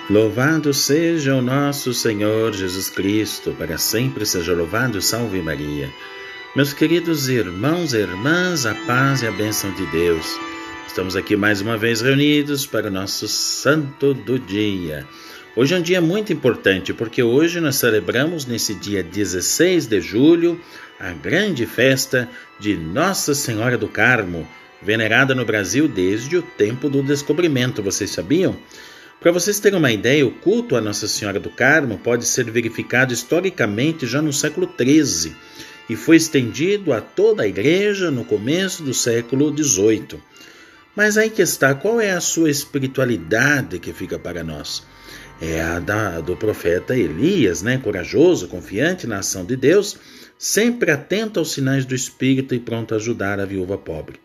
Louvado seja o nosso Senhor Jesus Cristo, para sempre seja louvado, salve Maria. Meus queridos irmãos e irmãs, a paz e a bênção de Deus. Estamos aqui mais uma vez reunidos para o nosso Santo do Dia. Hoje é um dia muito importante, porque hoje nós celebramos, nesse dia 16 de julho, a grande festa de Nossa Senhora do Carmo, venerada no Brasil desde o tempo do descobrimento. Vocês sabiam? Para vocês terem uma ideia, o culto a Nossa Senhora do Carmo pode ser verificado historicamente já no século XIII e foi estendido a toda a igreja no começo do século XVIII. Mas aí que está, qual é a sua espiritualidade que fica para nós? É a do profeta Elias, corajoso, confiante na ação de Deus, sempre atento aos sinais do Espírito e pronto a ajudar a viúva pobre.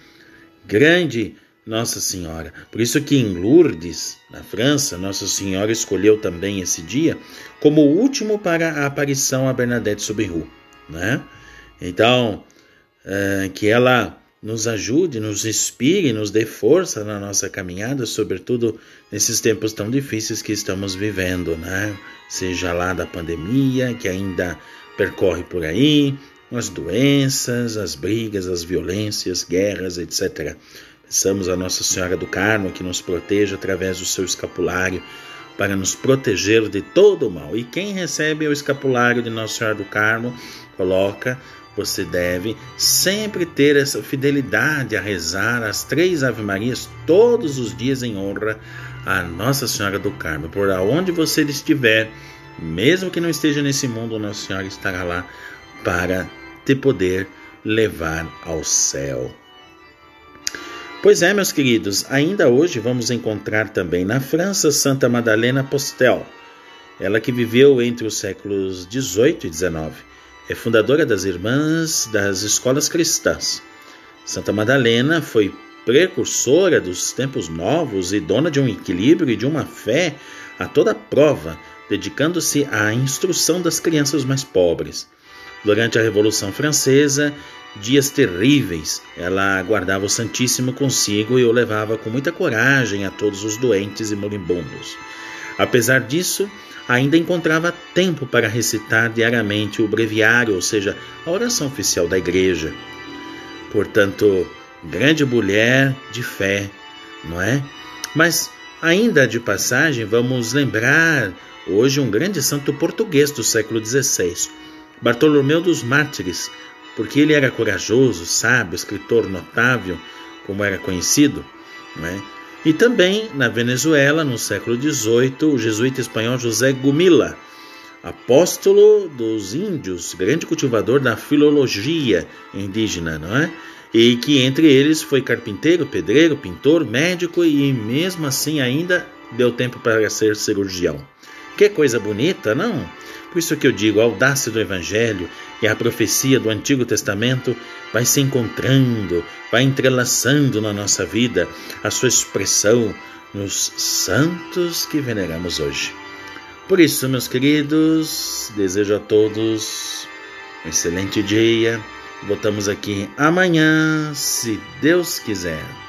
Grande Nossa Senhora. Por isso que em Lourdes, na França, Nossa Senhora escolheu também esse dia como o último para a aparição a Bernadette Soubirous, Então, que ela nos ajude, nos inspire, nos dê força na nossa caminhada, sobretudo nesses tempos tão difíceis que estamos vivendo, Seja lá da pandemia, que ainda percorre por aí, as doenças, as brigas, as violências, guerras, etc. Peçamos a Nossa Senhora do Carmo que nos proteja através do seu escapulário para nos proteger de todo o mal. E quem recebe o escapulário de Nossa Senhora do Carmo, você deve sempre ter essa fidelidade a rezar as 3 Ave Marias todos os dias em honra a Nossa Senhora do Carmo. Por onde você estiver, mesmo que não esteja nesse mundo, Nossa Senhora estará lá para te poder levar ao céu. Pois é, meus queridos, ainda hoje vamos encontrar também na França Santa Madalena Postel, ela que viveu entre os séculos XVIII e XIX. É fundadora das Irmãs das Escolas Cristãs. Santa Madalena foi precursora dos tempos novos e dona de um equilíbrio e de uma fé a toda prova, dedicando-se à instrução das crianças mais pobres. Durante a Revolução Francesa, dias terríveis, ela guardava o Santíssimo consigo e o levava com muita coragem a todos os doentes e moribundos. Apesar disso, ainda encontrava tempo para recitar diariamente o breviário, ou seja, a oração oficial da igreja. Portanto, grande mulher de fé, não é? Mas, ainda de passagem, vamos lembrar hoje um grande santo português do século XVI, Bartolomeu dos Mártires, porque ele era corajoso, sábio, escritor notável, como era conhecido, E também na Venezuela, no século XVIII, o jesuíta espanhol José Gumila, apóstolo dos índios, grande cultivador da filologia indígena, E que entre eles foi carpinteiro, pedreiro, pintor, médico e mesmo assim ainda deu tempo para ser cirurgião. Que coisa bonita, não? Por isso que eu digo, a audácia do Evangelho e a profecia do Antigo Testamento vai se encontrando, vai entrelaçando na nossa vida a sua expressão nos santos que veneramos hoje. Por isso, meus queridos, desejo a todos um excelente dia. Voltamos aqui amanhã, se Deus quiser.